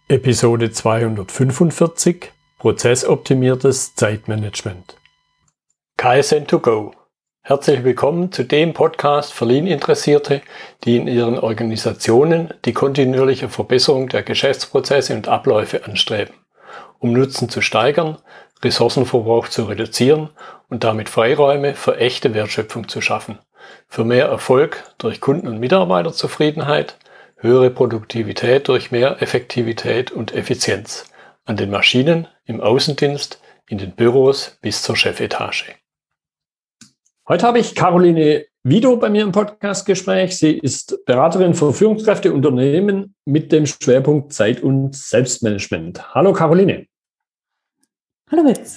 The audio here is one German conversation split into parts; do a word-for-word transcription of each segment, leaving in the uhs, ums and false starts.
Episode zweihundertfünfundvierzig Prozessoptimiertes Zeitmanagement. K S N to go. Herzlich willkommen zu dem Podcast für Lean-Interessierte, die in ihren Organisationen die kontinuierliche Verbesserung der Geschäftsprozesse und Abläufe anstreben, um Nutzen zu steigern, Ressourcenverbrauch zu reduzieren und damit Freiräume für echte Wertschöpfung zu schaffen, für mehr Erfolg durch Kunden- und Mitarbeiterzufriedenheit, höhere Produktivität durch mehr Effektivität und Effizienz an den Maschinen, im Außendienst, in den Büros bis zur Chefetage. Heute habe ich Caroline Widow bei mir im Podcastgespräch. Sie ist Beraterin für Führungskräfte und Unternehmen mit dem Schwerpunkt Zeit- und Selbstmanagement. Hallo Caroline. Hallo Witz.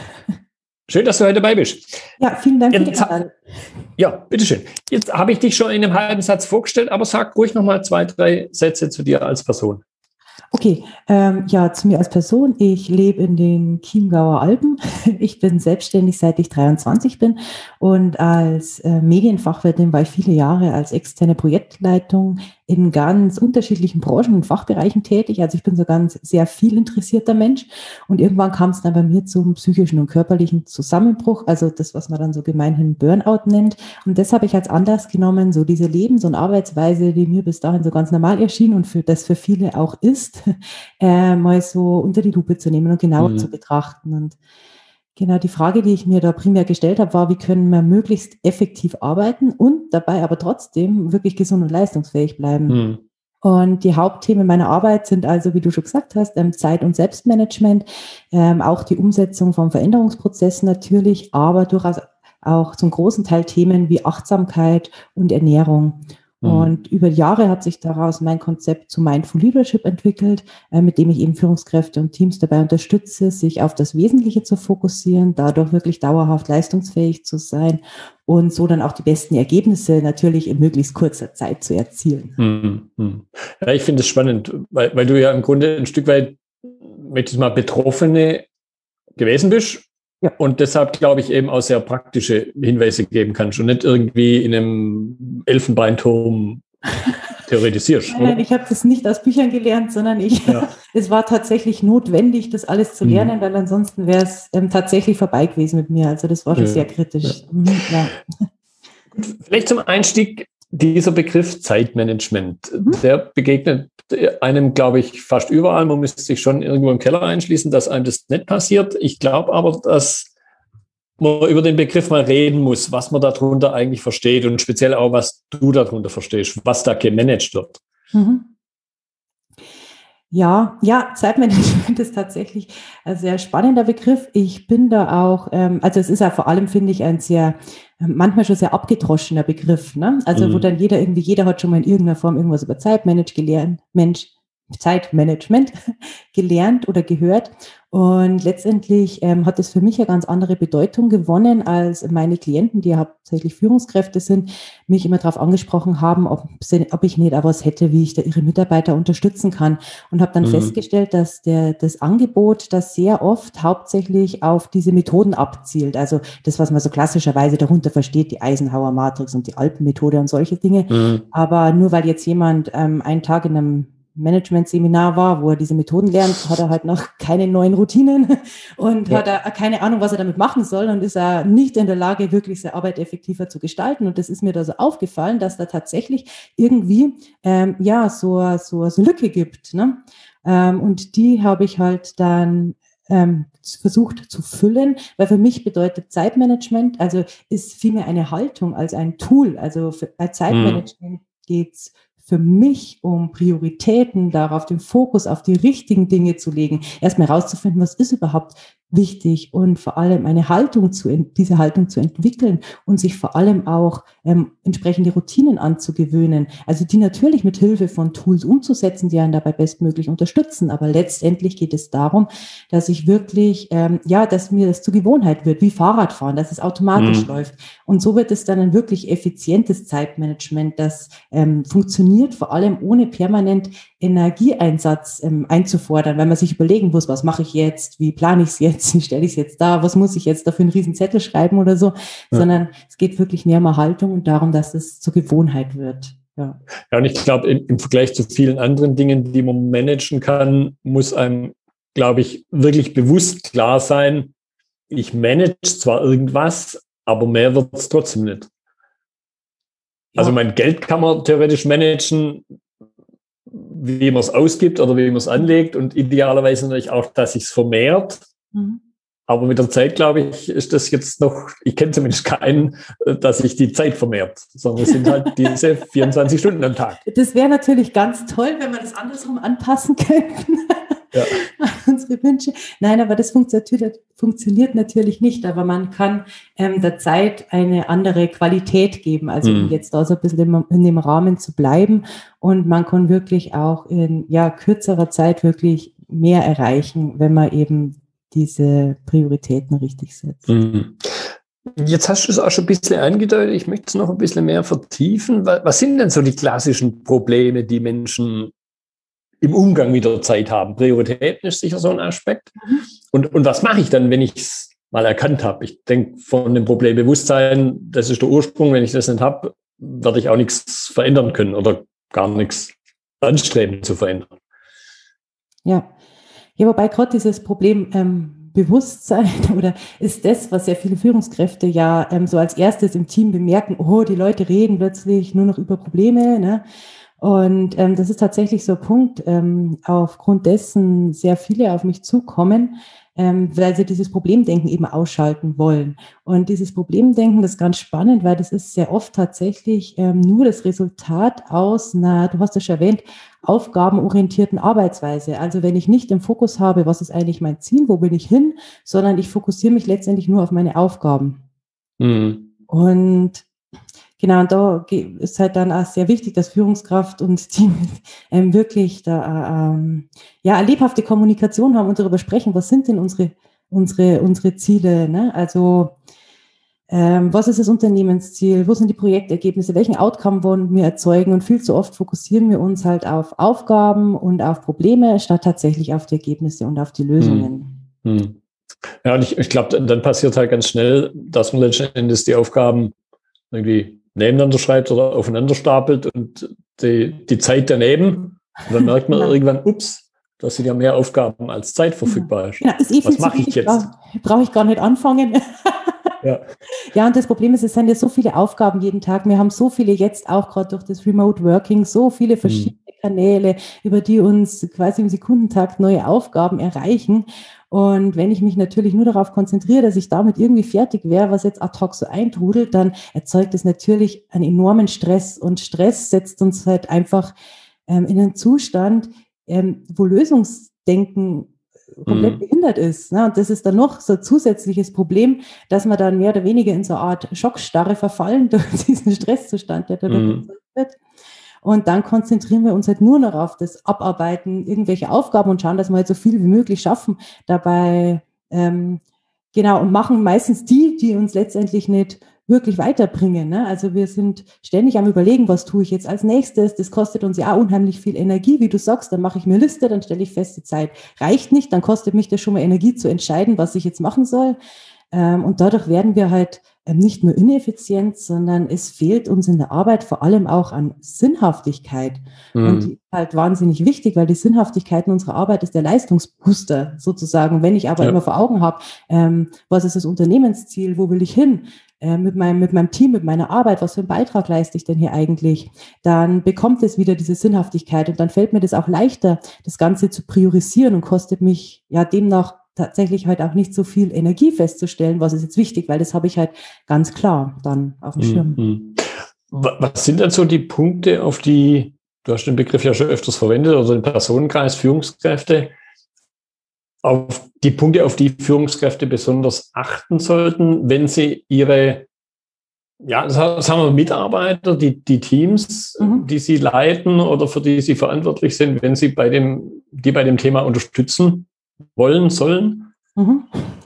Schön, dass du heute dabei bist. Ja, vielen Dank für die Jetzt, Einladung. Ja, bitteschön. Jetzt habe ich dich schon in einem halben Satz vorgestellt, aber sag ruhig noch mal zwei, drei Sätze zu dir als Person. Okay, ähm, ja, zu mir als Person. Ich lebe in den Chiemgauer Alpen. Ich bin selbstständig, seit ich dreiundzwanzig bin. Und als äh, Medienfachwirtin war ich viele Jahre als externe Projektleitung in ganz unterschiedlichen Branchen und Fachbereichen tätig. Also ich bin so ganz sehr viel interessierter Mensch. Und irgendwann kam es dann bei mir zum psychischen und körperlichen Zusammenbruch. Also das, was man dann so gemeinhin Burnout nennt. Und das habe ich als Anlass genommen, so diese Lebens- und Arbeitsweise, die mir bis dahin so ganz normal erschien und für das für viele auch ist, äh, mal so unter die Lupe zu nehmen und genauer mhm. zu betrachten. Und genau die Frage, die ich mir da primär gestellt habe, war, wie können wir möglichst effektiv arbeiten und dabei aber trotzdem wirklich gesund und leistungsfähig bleiben. Mhm. Und die Hauptthemen meiner Arbeit sind also, wie du schon gesagt hast, Zeit- und Selbstmanagement, ähm, auch die Umsetzung von Veränderungsprozessen natürlich, aber durchaus auch zum großen Teil Themen wie Achtsamkeit und Ernährung. Und über Jahre hat sich daraus mein Konzept zu Mindful Leadership entwickelt, äh, mit dem ich eben Führungskräfte und Teams dabei unterstütze, sich auf das Wesentliche zu fokussieren, dadurch wirklich dauerhaft leistungsfähig zu sein und so dann auch die besten Ergebnisse natürlich in möglichst kurzer Zeit zu erzielen. Mhm. Ja, ich finde es spannend, weil, weil du ja im Grunde ein Stück weit mit diesem Betroffene gewesen bist. Ja. Und deshalb, glaube ich, eben auch sehr praktische Hinweise geben kannst und nicht irgendwie in einem Elfenbeinturm theoretisierst. Nein, nein, ich habe das nicht aus Büchern gelernt, sondern ich, ja. es war tatsächlich notwendig, das alles zu lernen, mhm. weil ansonsten wäre es ähm, tatsächlich vorbei gewesen mit mir. Also das war schon ja. sehr kritisch. Ja. Mhm, ja. Gut, vielleicht zum Einstieg dieser Begriff Zeitmanagement. Mhm. Der begegnet einem, glaube ich, fast überall. Man müsste sich schon irgendwo im Keller einschließen, dass einem das nicht passiert. Ich glaube aber, dass man über den Begriff mal reden muss, was man darunter eigentlich versteht und speziell auch, was du darunter verstehst, was da gemanagt wird. Mhm. Ja, ja, Zeitmanagement ist tatsächlich ein sehr spannender Begriff. Ich bin da auch, ähm, also es ist ja vor allem, finde ich, ein sehr, manchmal schon sehr abgedroschener Begriff, ne? Also mhm. wo dann jeder irgendwie, jeder hat schon mal in irgendeiner Form irgendwas über Zeitmanagement gelernt, Mensch, Zeitmanagement gelernt oder gehört. Und letztendlich ähm, hat es für mich eine ganz andere Bedeutung gewonnen, als meine Klienten, die ja hauptsächlich Führungskräfte sind, mich immer darauf angesprochen haben, ob, ob ich nicht auch was hätte, wie ich da ihre Mitarbeiter unterstützen kann. Und habe dann mhm. festgestellt, dass der, das Angebot, das sehr oft hauptsächlich auf diese Methoden abzielt. Also das, was man so klassischerweise darunter versteht, die Eisenhower-Matrix und die Alpen-Methode und solche Dinge. Mhm. Aber nur weil jetzt jemand ähm, einen Tag in einem Management-Seminar war, wo er diese Methoden lernt, hat er halt noch keine neuen Routinen und ja. hat er keine Ahnung, was er damit machen soll und ist er nicht in der Lage, wirklich seine Arbeit effektiver zu gestalten. Und das ist mir da so aufgefallen, dass da tatsächlich irgendwie ähm, ja so so so eine Lücke gibt, ne? Ähm, und die habe ich halt dann ähm, versucht zu füllen, weil für mich bedeutet Zeitmanagement, also ist vielmehr eine Haltung als ein Tool. Also für, bei Zeitmanagement mhm. geht's für mich um Prioritäten, darauf den Fokus auf die richtigen Dinge zu legen, erstmal herauszufinden, was ist überhaupt wichtig und vor allem eine Haltung zu, diese Haltung zu entwickeln und sich vor allem auch ähm, entsprechende Routinen anzugewöhnen. Also die natürlich mit Hilfe von Tools umzusetzen, die einen dabei bestmöglich unterstützen. Aber letztendlich geht es darum, dass ich wirklich, ähm, ja, dass mir das zur Gewohnheit wird, wie Fahrradfahren, dass es automatisch mhm. läuft. Und so wird es dann ein wirklich effizientes Zeitmanagement, das ähm, funktioniert, vor allem ohne permanent Energieeinsatz ähm, einzufordern, weil man sich überlegen muss, was mache ich jetzt, wie plane ich es jetzt, wie stelle ich es jetzt da, was muss ich jetzt dafür einen riesen Zettel schreiben oder so, ja. sondern es geht wirklich mehr um Haltung und darum, dass es zur Gewohnheit wird. Ja, ja und ich glaube, im, im Vergleich zu vielen anderen Dingen, die man managen kann, muss einem, glaube ich, wirklich bewusst klar sein, ich manage zwar irgendwas, aber mehr wird es trotzdem nicht. ja. Also mein Geld kann man theoretisch managen, wie man es ausgibt oder wie man es anlegt und idealerweise natürlich auch, dass sich es vermehrt. Mhm. Aber mit der Zeit, glaube ich, ist das jetzt noch, ich kenne zumindest keinen, dass sich die Zeit vermehrt, sondern es sind halt diese vierundzwanzig Stunden am Tag. Das wäre natürlich ganz toll, wenn wir das andersrum anpassen könnten. Ja. Unsere Wünsche. Nein, aber das funktioniert, funktioniert natürlich nicht. Aber man kann ähm, der Zeit eine andere Qualität geben. Also um Mhm. jetzt da so ein bisschen im, in dem Rahmen zu bleiben. Und man kann wirklich auch in ja, kürzerer Zeit wirklich mehr erreichen, wenn man eben diese Prioritäten richtig setzt. Mhm. Jetzt hast du es auch schon ein bisschen angedeutet. Ich möchte es noch ein bisschen mehr vertiefen. Was sind denn so die klassischen Probleme, die Menschen im Umgang mit der Zeit haben? Prioritäten ist sicher so ein Aspekt. Mhm. Und, und was mache ich dann, wenn ich es mal erkannt habe? Ich denke, von dem Problembewusstsein, das ist der Ursprung. Wenn ich das nicht habe, werde ich auch nichts verändern können oder gar nichts anstreben zu verändern. Ja, ja, wobei gerade dieses Problem ähm, Bewusstsein oder ist das, was ja viele Führungskräfte ja ähm, so als erstes im Team bemerken, oh, die Leute reden plötzlich nur noch über Probleme, ne? Und ähm, das ist tatsächlich so ein Punkt, ähm, aufgrund dessen sehr viele auf mich zukommen, ähm, weil sie dieses Problemdenken eben ausschalten wollen. Und dieses Problemdenken, das ist ganz spannend, weil das ist sehr oft tatsächlich ähm, nur das Resultat aus einer, du hast es schon erwähnt, aufgabenorientierten Arbeitsweise. Also wenn ich nicht im Fokus habe, was ist eigentlich mein Ziel, wo will ich hin, sondern ich fokussiere mich letztendlich nur auf meine Aufgaben. Mhm. Und genau, und da ist halt dann auch sehr wichtig, dass Führungskraft und Team ähm, wirklich da ähm, ja eine lebhafte Kommunikation haben und darüber sprechen, was sind denn unsere unsere unsere Ziele, ne? Also ähm, was ist das Unternehmensziel, wo sind die Projektergebnisse, welchen Outcome wollen wir erzeugen, und viel zu oft fokussieren wir uns halt auf Aufgaben und auf Probleme, statt tatsächlich auf die Ergebnisse und auf die Lösungen. Hm. Hm. Ja, und ich, ich glaube, dann passiert halt ganz schnell, dass man letzten Endes die Aufgaben irgendwie nebeneinander schreibt oder aufeinander stapelt und die, die Zeit daneben. Und dann merkt man ja. irgendwann, ups, da sind ja mehr Aufgaben als Zeit verfügbar ist. Ja, ist eh Was mache ich jetzt? Brauche brauch ich gar nicht anfangen. Ja. Ja, und das Problem ist, es sind ja so viele Aufgaben jeden Tag. Wir haben so viele jetzt auch gerade durch das Remote Working, so viele verschiedene hm. Kanäle, über die uns quasi im Sekundentakt neue Aufgaben erreichen. Und wenn ich mich natürlich nur darauf konzentriere, dass ich damit irgendwie fertig wäre, was jetzt ad hoc so eintrudelt, dann erzeugt es natürlich einen enormen Stress. Und Stress setzt uns halt einfach ähm, in einen Zustand, ähm, wo Lösungsdenken komplett behindert ist. Ne? Und das ist dann noch so ein zusätzliches Problem, dass man dann mehr oder weniger in so eine Art Schockstarre verfallen durch diesen Stresszustand, der dadurch mhm. erzeugt wird. Und dann konzentrieren wir uns halt nur noch auf das Abarbeiten irgendwelcher Aufgaben und schauen, dass wir halt so viel wie möglich schaffen. Dabei, ähm, genau, und machen meistens die, die uns letztendlich nicht wirklich weiterbringen. Ne? Also wir sind ständig am Überlegen, was tue ich jetzt als nächstes. Das kostet uns ja auch unheimlich viel Energie, wie du sagst. Dann mache ich mir Liste, dann stelle ich fest, die Zeit reicht nicht. Dann kostet mich das schon mal Energie zu entscheiden, was ich jetzt machen soll. Ähm, und dadurch werden wir halt ähm, nicht nur ineffizient, sondern es fehlt uns in der Arbeit vor allem auch an Sinnhaftigkeit. Mhm. Und die ist halt wahnsinnig wichtig, weil die Sinnhaftigkeit in unserer Arbeit ist der Leistungsbooster sozusagen. Wenn ich aber ja. immer vor Augen habe, ähm, was ist das Unternehmensziel, wo will ich hin? Mit meinem, mit meinem Team, mit meiner Arbeit, was für einen Beitrag leiste ich denn hier eigentlich, dann bekommt es wieder diese Sinnhaftigkeit und dann fällt mir das auch leichter, das Ganze zu priorisieren und kostet mich ja demnach tatsächlich halt auch nicht so viel Energie festzustellen, was ist jetzt wichtig, weil das habe ich halt ganz klar dann auf dem Schirm. Mhm. Was sind denn so die Punkte, auf die, du hast den Begriff ja schon öfters verwendet, also den Personenkreis, Führungskräfte, auf die Punkte, auf die Führungskräfte besonders achten sollten, wenn sie ihre, ja, sagen wir Mitarbeiter, die, die Teams, mhm. die sie leiten oder für die sie verantwortlich sind, wenn sie bei dem, die bei dem Thema unterstützen wollen, sollen? Mhm.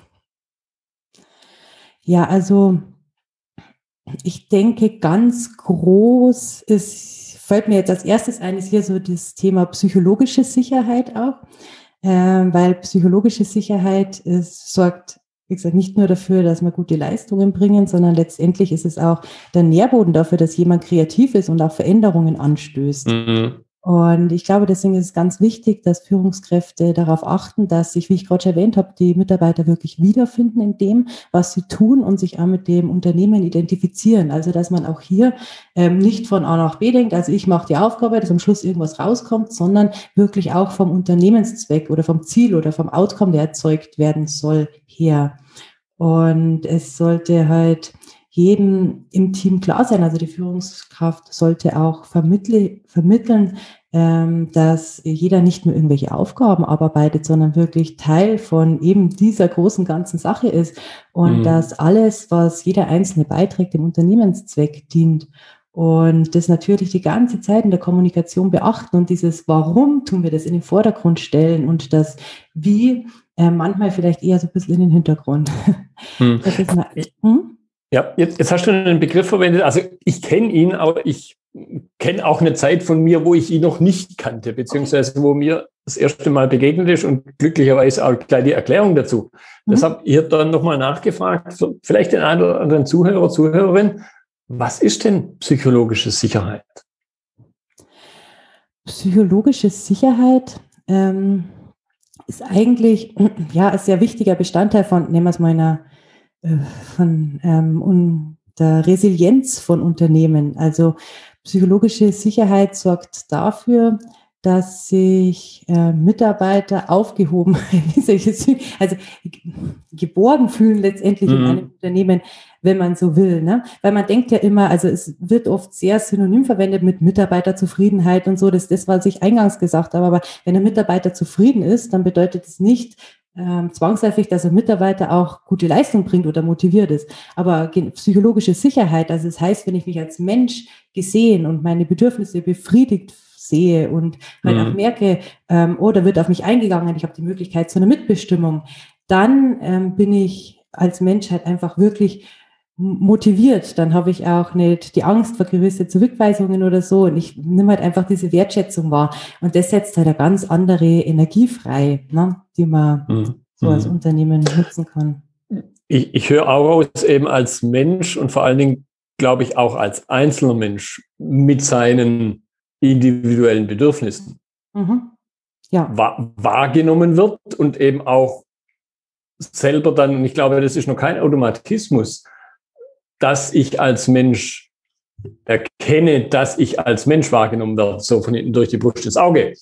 Ja, also ich denke, ganz groß ist, fällt mir jetzt als erstes ein, ist hier so das Thema psychologische Sicherheit auch. Weil psychologische Sicherheit ist, sorgt wie gesagt, nicht nur dafür, dass wir gute Leistungen bringen, sondern letztendlich ist es auch der Nährboden dafür, dass jemand kreativ ist und auch Veränderungen anstößt. Mhm. Und ich glaube, deswegen ist es ganz wichtig, dass Führungskräfte darauf achten, dass sich, wie ich gerade schon erwähnt habe, die Mitarbeiter wirklich wiederfinden in dem, was sie tun und sich auch mit dem Unternehmen identifizieren. Also, dass man auch hier ähm, nicht von A nach B denkt, also ich mache die Aufgabe, dass am Schluss irgendwas rauskommt, sondern wirklich auch vom Unternehmenszweck oder vom Ziel oder vom Outcome, der erzeugt werden soll, her. Und es sollte halt jedem im Team klar sein, also die Führungskraft sollte auch vermittle, vermitteln, ähm, dass jeder nicht nur irgendwelche Aufgaben abarbeitet, sondern wirklich Teil von eben dieser großen ganzen Sache ist und mhm. dass alles, was jeder Einzelne beiträgt, dem Unternehmenszweck dient. Und das natürlich die ganze Zeit in der Kommunikation beachten und dieses Warum tun wir das in den Vordergrund stellen und das Wie äh, manchmal vielleicht eher so ein bisschen in den Hintergrund. Hm. Das ist mal, hm? Ja, jetzt, jetzt hast du einen Begriff verwendet, also ich kenne ihn, aber ich kenne auch eine Zeit von mir, wo ich ihn noch nicht kannte, beziehungsweise wo mir das erste Mal begegnet ist und glücklicherweise auch gleich die Erklärung dazu. Mhm. Deshalb hier dann nochmal nachgefragt, so vielleicht den einen oder anderen Zuhörer, Zuhörerin, was ist denn psychologische Sicherheit? Psychologische Sicherheit ähm, ist eigentlich ja, ein sehr wichtiger Bestandteil von, nehmen wir es mal einer von ähm, und der Resilienz von Unternehmen. Also psychologische Sicherheit sorgt dafür, dass sich äh, Mitarbeiter aufgehoben, also geborgen fühlen letztendlich mhm. in einem Unternehmen, wenn man so will. Ne? Weil man denkt ja immer, also es wird oft sehr synonym verwendet mit Mitarbeiterzufriedenheit und so, das ist das, was ich eingangs gesagt habe. Aber wenn ein Mitarbeiter zufrieden ist, dann bedeutet es nicht, Ähm, zwangsläufig, dass ein Mitarbeiter auch gute Leistung bringt oder motiviert ist. Aber psychologische Sicherheit, also das heißt, wenn ich mich als Mensch gesehen und meine Bedürfnisse befriedigt sehe und halt mhm. auch merke, ähm, oh, da wird auf mich eingegangen, ich habe die Möglichkeit zu einer Mitbestimmung, dann ähm, bin ich als Mensch halt einfach wirklich motiviert, dann habe ich auch nicht die Angst vor gewisse Zurückweisungen oder so und ich nehme halt einfach diese Wertschätzung wahr und das setzt halt eine ganz andere Energie frei, ne, die man mhm. so als Unternehmen nutzen kann. Ich, ich höre auch raus, eben als Mensch und vor allen Dingen, glaube ich, auch als einzelner Mensch mit seinen individuellen Bedürfnissen mhm. ja. wahr, wahrgenommen wird und eben auch selber dann, und ich glaube, das ist noch kein Automatismus, dass ich als Mensch erkenne, dass ich als Mensch wahrgenommen werde, so von hinten durch die Brust ins Auge.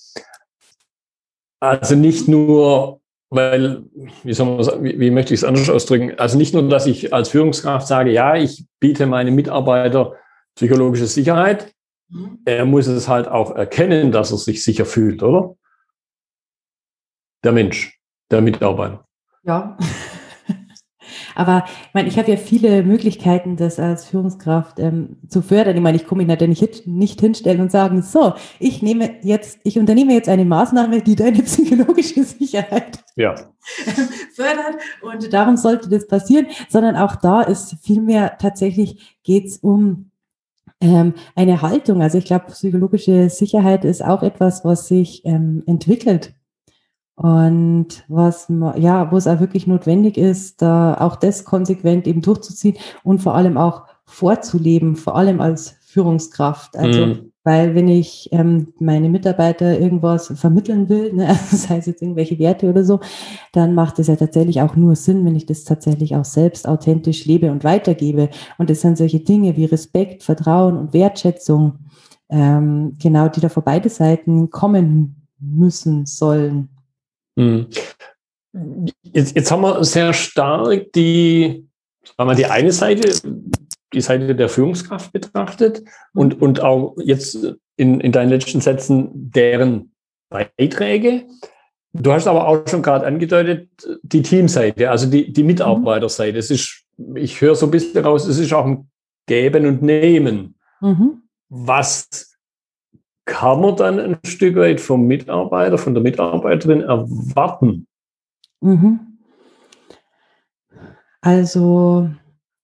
Also nicht nur, weil, wie soll man sagen, wie, wie möchte ich es anders ausdrücken? Also nicht nur, dass ich als Führungskraft sage, ja, ich biete meinem Mitarbeiter psychologische Sicherheit. Mhm. Er muss es halt auch erkennen, dass er sich sicher fühlt, oder? Der Mensch, der Mitarbeiter. Ja. Aber ich meine, ich habe ja viele Möglichkeiten, das als Führungskraft ähm, zu fördern. Ich meine, ich komme mich natürlich nicht, nicht hinstellen und sagen, so, ich nehme jetzt, ich unternehme jetzt eine Maßnahme, die deine psychologische Sicherheit ja. fördert. Und darum sollte das passieren, sondern auch da ist vielmehr tatsächlich geht's um ähm, eine Haltung. Also ich glaube, psychologische Sicherheit ist auch etwas, was sich ähm, entwickelt. Und was, ja, wo es auch wirklich notwendig ist, da auch das konsequent eben durchzuziehen und vor allem auch vorzuleben, vor allem als Führungskraft. Also, mhm. weil wenn ich ähm, meine Mitarbeiter irgendwas vermitteln will, ne, also sei es jetzt irgendwelche Werte oder so, dann macht es ja tatsächlich auch nur Sinn, wenn ich das tatsächlich auch selbst authentisch lebe und weitergebe. Und das sind solche Dinge wie Respekt, Vertrauen und Wertschätzung, ähm, genau, die da vor beide Seiten kommen müssen, sollen. Jetzt, jetzt haben wir sehr stark die, haben wir die eine Seite, die Seite der Führungskraft betrachtet und, und auch jetzt in, in deinen letzten Sätzen deren Beiträge. Du hast aber auch schon gerade angedeutet, die Teamseite, also die, die Mitarbeiterseite. Es ist, ich höre so ein bisschen raus, es ist auch ein Geben und Nehmen. Mhm. Was kann man dann ein Stück weit vom Mitarbeiter, von der Mitarbeiterin erwarten? Mhm. Also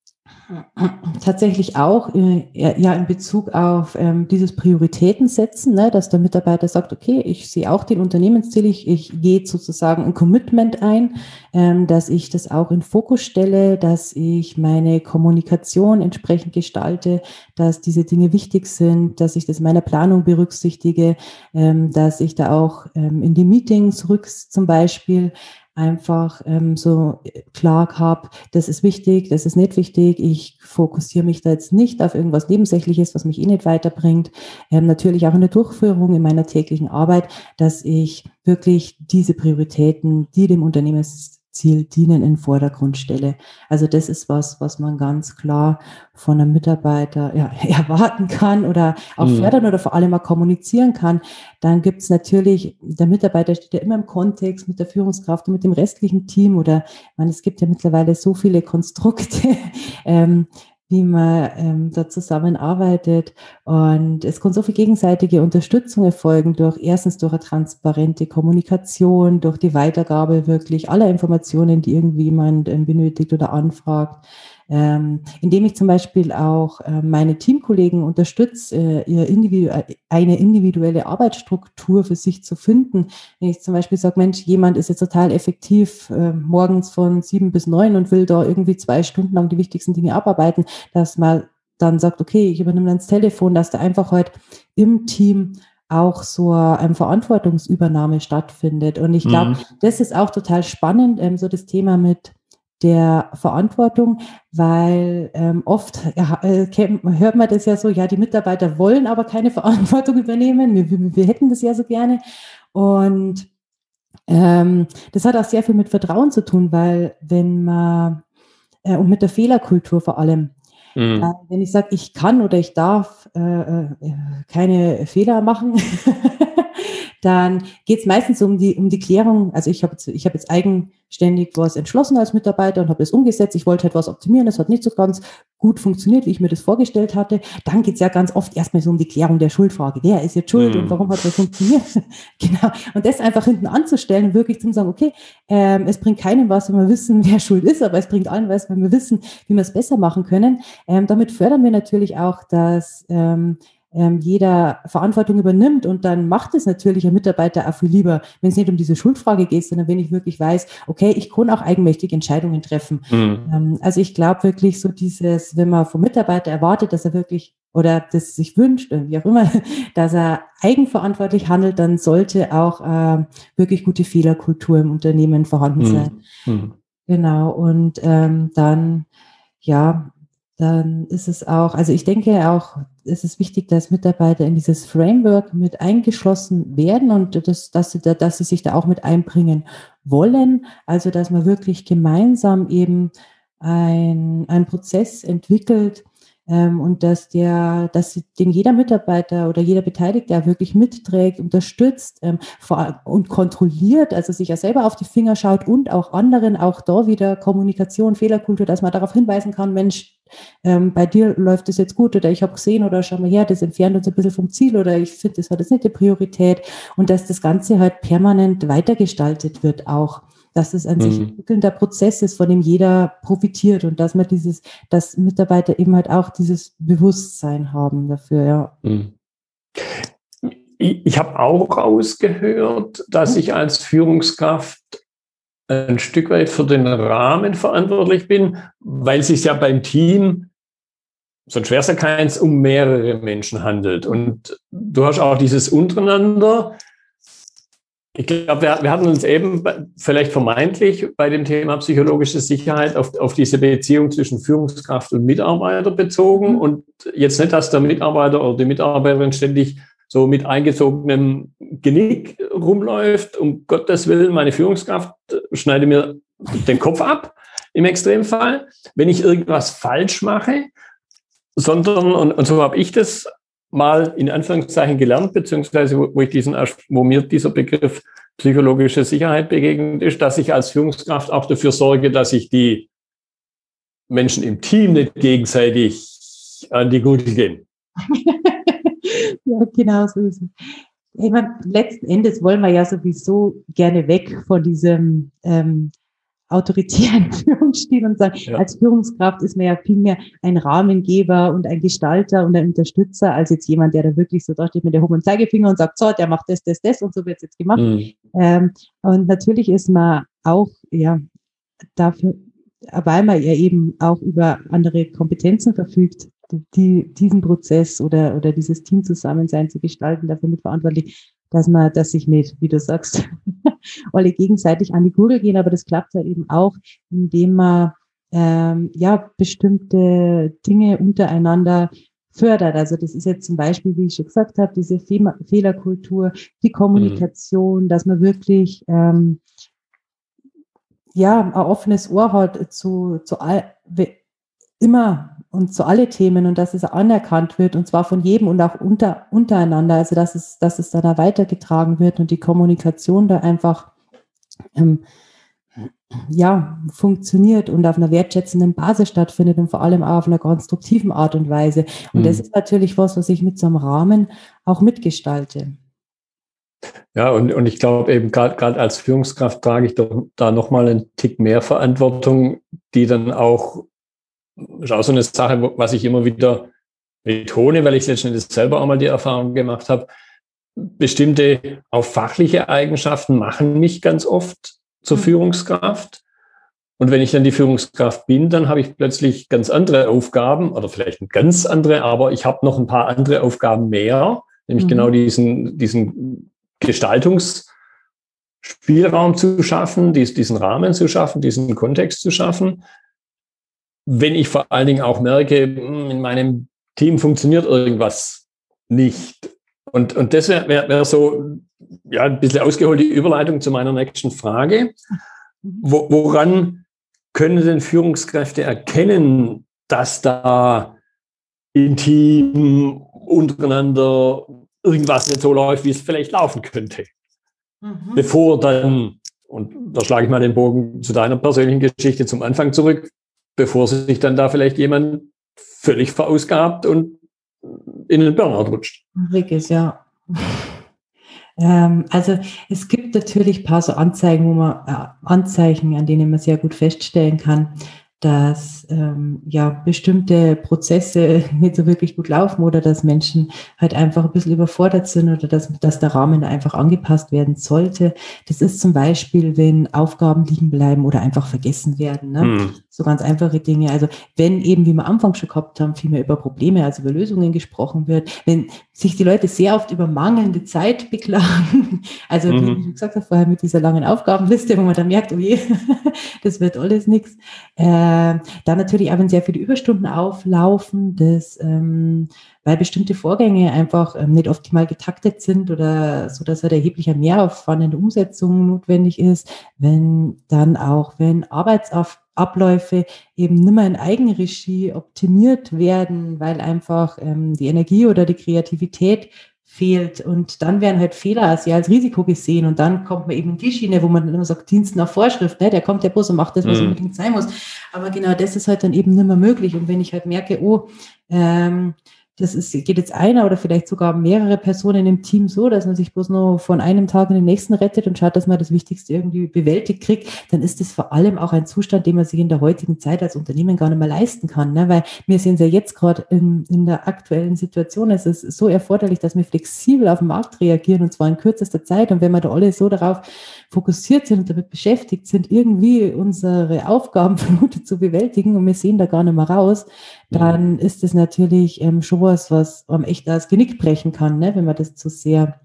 Tatsächlich auch, äh, ja, in Bezug auf ähm, dieses Prioritäten setzen, ne, dass der Mitarbeiter sagt, okay, ich sehe auch den Unternehmensziel, ich, ich gehe sozusagen ein Commitment ein, ähm, dass ich das auch in Fokus stelle, dass ich meine Kommunikation entsprechend gestalte, dass diese Dinge wichtig sind, dass ich das in meiner Planung berücksichtige, ähm, dass ich da auch ähm, in die Meetings rücks zum Beispiel einfach ähm, so klar habe, das ist wichtig, das ist nicht wichtig, ich fokussiere mich da jetzt nicht auf irgendwas Nebensächliches, was mich eh nicht weiterbringt. Ähm, natürlich auch in der Durchführung in meiner täglichen Arbeit, dass ich wirklich diese Prioritäten, die dem Unternehmensziel dienen, in den Vordergrund stelle. Also das ist was, was man ganz klar von einem Mitarbeiter ja, erwarten kann oder auch mhm. fördern oder vor allem auch kommunizieren kann. Dann gibt es natürlich, der Mitarbeiter steht ja immer im Kontext mit der Führungskraft und mit dem restlichen Team oder man, es gibt ja mittlerweile so viele Konstrukte, ähm, wie man ähm, da zusammenarbeitet. Und es kann so viel gegenseitige Unterstützung erfolgen durch erstens durch eine transparente Kommunikation, durch die Weitergabe wirklich aller Informationen, die irgendwie jemand ähm, benötigt oder anfragt. Ähm, indem ich zum Beispiel auch äh, meine Teamkollegen unterstütze, äh, ihr individu- eine individuelle Arbeitsstruktur für sich zu finden. Wenn ich zum Beispiel sage, Mensch, jemand ist jetzt total effektiv äh, morgens von sieben bis neun und will da irgendwie zwei Stunden lang die wichtigsten Dinge abarbeiten, dass man dann sagt, okay, ich übernehme dann das Telefon, dass da einfach halt im Team auch so eine Verantwortungsübernahme stattfindet. Und ich glaube, mhm. das ist auch total spannend, ähm, so das Thema mit der Verantwortung, weil ähm, oft ja, äh, hört man das ja so, ja, die Mitarbeiter wollen aber keine Verantwortung übernehmen, wir, wir, wir hätten das ja so gerne und ähm, das hat auch sehr viel mit Vertrauen zu tun, weil wenn man, äh, und mit der Fehlerkultur vor allem, mhm. äh, wenn ich sage, ich kann oder ich darf äh, äh, keine Fehler machen, dann geht es meistens um die, um die Klärung. Also ich habe jetzt, ich hab jetzt eigenständig was entschlossen als Mitarbeiter und habe das umgesetzt. Ich wollte halt was optimieren, das hat nicht so ganz gut funktioniert, wie ich mir das vorgestellt hatte. Dann geht es ja ganz oft erstmal so um die Klärung der Schuldfrage. Wer ist jetzt schuld mm. und warum hat das funktioniert? Genau. Und das einfach hinten anzustellen und wirklich zu sagen, okay, ähm, es bringt keinem was, wenn wir wissen, wer schuld ist, aber es bringt allen was, wenn wir wissen, wie wir es besser machen können. Ähm, damit fördern wir natürlich auch, dass ähm, Ähm, jeder Verantwortung übernimmt und dann macht es natürlich ein Mitarbeiter auch viel lieber, wenn es nicht um diese Schuldfrage geht, sondern wenn ich wirklich weiß, okay, ich kann auch eigenmächtig Entscheidungen treffen. Mhm. Ähm, also ich glaube wirklich so dieses, wenn man vom Mitarbeiter erwartet, dass er wirklich oder das sich wünscht, wie auch immer, dass er eigenverantwortlich handelt, dann sollte auch äh, wirklich gute Fehlerkultur im Unternehmen vorhanden sein. Mhm. Genau, und ähm, dann, ja, dann ist es auch, also ich denke auch, es ist wichtig, dass Mitarbeiter in dieses Framework mit eingeschlossen werden und das, dass, sie da, dass sie sich da auch mit einbringen wollen. Also dass man wirklich gemeinsam eben ein, ein Prozess entwickelt ähm, und dass der, dass sie, den jeder Mitarbeiter oder jeder Beteiligte ja wirklich mitträgt, unterstützt ähm, vor, und kontrolliert, also sich ja selber auf die Finger schaut und auch anderen, auch da wieder Kommunikation, Fehlerkultur, dass man darauf hinweisen kann, Mensch, Ähm, bei dir läuft es jetzt gut oder ich habe gesehen oder schau mal her, das entfernt uns ein bisschen vom Ziel oder ich finde, das hat jetzt nicht die Priorität und dass das Ganze halt permanent weitergestaltet wird auch, dass es ein mhm. sich entwickelnder Prozess ist, von dem jeder profitiert und dass man dieses, dass Mitarbeiter eben halt auch dieses Bewusstsein haben dafür, ja. Mhm. Ich, ich habe auch rausgehört, dass ich als Führungskraft ein Stück weit für den Rahmen verantwortlich bin, weil es sich ja beim Team, sonst wäre es ja keins, um mehrere Menschen handelt. Und du hast auch dieses untereinander. Ich glaube, wir, wir hatten uns eben vielleicht vermeintlich bei dem Thema psychologische Sicherheit auf, auf diese Beziehung zwischen Führungskraft und Mitarbeiter bezogen. Und jetzt nicht, dass der Mitarbeiter oder die Mitarbeiterin ständig so mit eingezogenem Genick rumläuft, um Gottes Willen, meine Führungskraft schneide mir den Kopf ab, im Extremfall, wenn ich irgendwas falsch mache, sondern, und, und so habe ich das mal in Anführungszeichen gelernt, beziehungsweise wo, wo, ich diesen, wo mir dieser Begriff psychologische Sicherheit begegnet ist, dass ich als Führungskraft auch dafür sorge, dass ich die Menschen im Team nicht gegenseitig an die Gurgel gehen. Ja, genau so ist es. Ich meine, letzten Endes wollen wir ja sowieso gerne weg von diesem ähm, autoritären Führungsstil und sagen, ja. Als Führungskraft ist man ja vielmehr ein Rahmengeber und ein Gestalter und ein Unterstützer, als jetzt jemand, der da wirklich so da steht mit der Hoch- und Zeigefinger und sagt, so, der macht das, das, das und so wird es jetzt gemacht. Mhm. Ähm, und natürlich ist man auch, ja, dafür, weil man ja eben auch über andere Kompetenzen verfügt, die, diesen Prozess oder, oder dieses Teamzusammensein zu gestalten, dafür mitverantwortlich, dass man, dass sich nicht, wie du sagst, alle gegenseitig an die Gurgel gehen, aber das klappt halt eben auch, indem man ähm, ja bestimmte Dinge untereinander fördert. Also das ist jetzt zum Beispiel, wie ich schon gesagt habe, diese Fe- Fehlerkultur, die Kommunikation, mhm. dass man wirklich ähm, ja ein offenes Ohr hat zu, zu all, immer und zu alle Themen und dass es anerkannt wird und zwar von jedem und auch unter, untereinander, also dass es, dass es da, da weitergetragen wird und die Kommunikation da einfach ähm, ja, funktioniert und auf einer wertschätzenden Basis stattfindet und vor allem auch auf einer konstruktiven Art und Weise. Und mhm. das ist natürlich was, was ich mit so einem Rahmen auch mitgestalte. Ja, und, und ich glaube eben, gerade als Führungskraft trage ich doch da nochmal einen Tick mehr Verantwortung, die dann auch, ist auch so eine Sache, was ich immer wieder betone, weil ich letztendlich selber auch mal die Erfahrung gemacht habe, bestimmte auch fachliche Eigenschaften machen mich ganz oft zur mhm. Führungskraft. Und wenn ich dann die Führungskraft bin, dann habe ich plötzlich ganz andere Aufgaben oder vielleicht ganz andere, aber ich habe noch ein paar andere Aufgaben mehr, nämlich mhm. genau diesen, diesen Gestaltungsspielraum zu schaffen, diesen Rahmen zu schaffen, diesen Kontext zu schaffen. Wenn ich vor allen Dingen auch merke, in meinem Team funktioniert irgendwas nicht. Und, und das wäre wär, wär so ja, ein bisschen ausgeholte Überleitung zu meiner nächsten Frage. Wo, woran können denn Führungskräfte erkennen, dass da im Team untereinander irgendwas nicht so läuft, wie es vielleicht laufen könnte? Mhm. Bevor dann, und da schlage ich mal den Bogen zu deiner persönlichen Geschichte zum Anfang zurück, bevor sich dann da vielleicht jemand völlig verausgabt und in den Burnout rutscht. Rick ist, ja. ähm, also es gibt natürlich ein paar so Anzeigen, wo man, äh, Anzeichen, an denen man sehr gut feststellen kann, dass ähm, ja bestimmte Prozesse nicht so wirklich gut laufen oder dass Menschen halt einfach ein bisschen überfordert sind oder dass, dass der Rahmen einfach angepasst werden sollte. Das ist zum Beispiel, wenn Aufgaben liegen bleiben oder einfach vergessen werden. Ne? Hm. So ganz einfache Dinge. Also wenn eben, wie wir am Anfang schon gehabt haben, viel mehr über Probleme als über Lösungen gesprochen wird, wenn sich die Leute sehr oft über mangelnde Zeit beklagen, also mhm. wie ich gesagt habe vorher mit dieser langen Aufgabenliste, wo man dann merkt, oh je, das wird alles nichts. Äh, dann natürlich auch, wenn sehr viele Überstunden auflaufen, das, ähm, weil bestimmte Vorgänge einfach ähm, nicht optimal getaktet sind oder so, dass halt erheblicher Mehraufwand in der Umsetzung notwendig ist, wenn dann auch, wenn Arbeitsabläufe eben nicht mehr in Eigenregie optimiert werden, weil einfach ähm, die Energie oder die Kreativität fehlt und dann werden halt Fehler als, ja, als Risiko gesehen und dann kommt man eben in die Schiene, wo man immer sagt, Dienst nach Vorschrift, ne? Der kommt der Bus und macht das, was mhm. unbedingt sein muss. Aber genau das ist halt dann eben nicht mehr möglich und wenn ich halt merke, oh, ähm, das ist, geht jetzt einer oder vielleicht sogar mehrere Personen im Team so, dass man sich bloß nur von einem Tag in den nächsten rettet und schaut, dass man das Wichtigste irgendwie bewältigt kriegt, dann ist das vor allem auch ein Zustand, den man sich in der heutigen Zeit als Unternehmen gar nicht mehr leisten kann, ne? Weil wir sehen es ja jetzt gerade in, in der aktuellen Situation, es ist so erforderlich, dass wir flexibel auf den Markt reagieren und zwar in kürzester Zeit und wenn wir da alle so darauf fokussiert sind und damit beschäftigt sind, irgendwie unsere Aufgabenflut zu bewältigen und wir sehen da gar nicht mehr raus, dann ist es natürlich ähm, schon was, was am echt das Genick brechen kann, ne, wenn man das zu sehr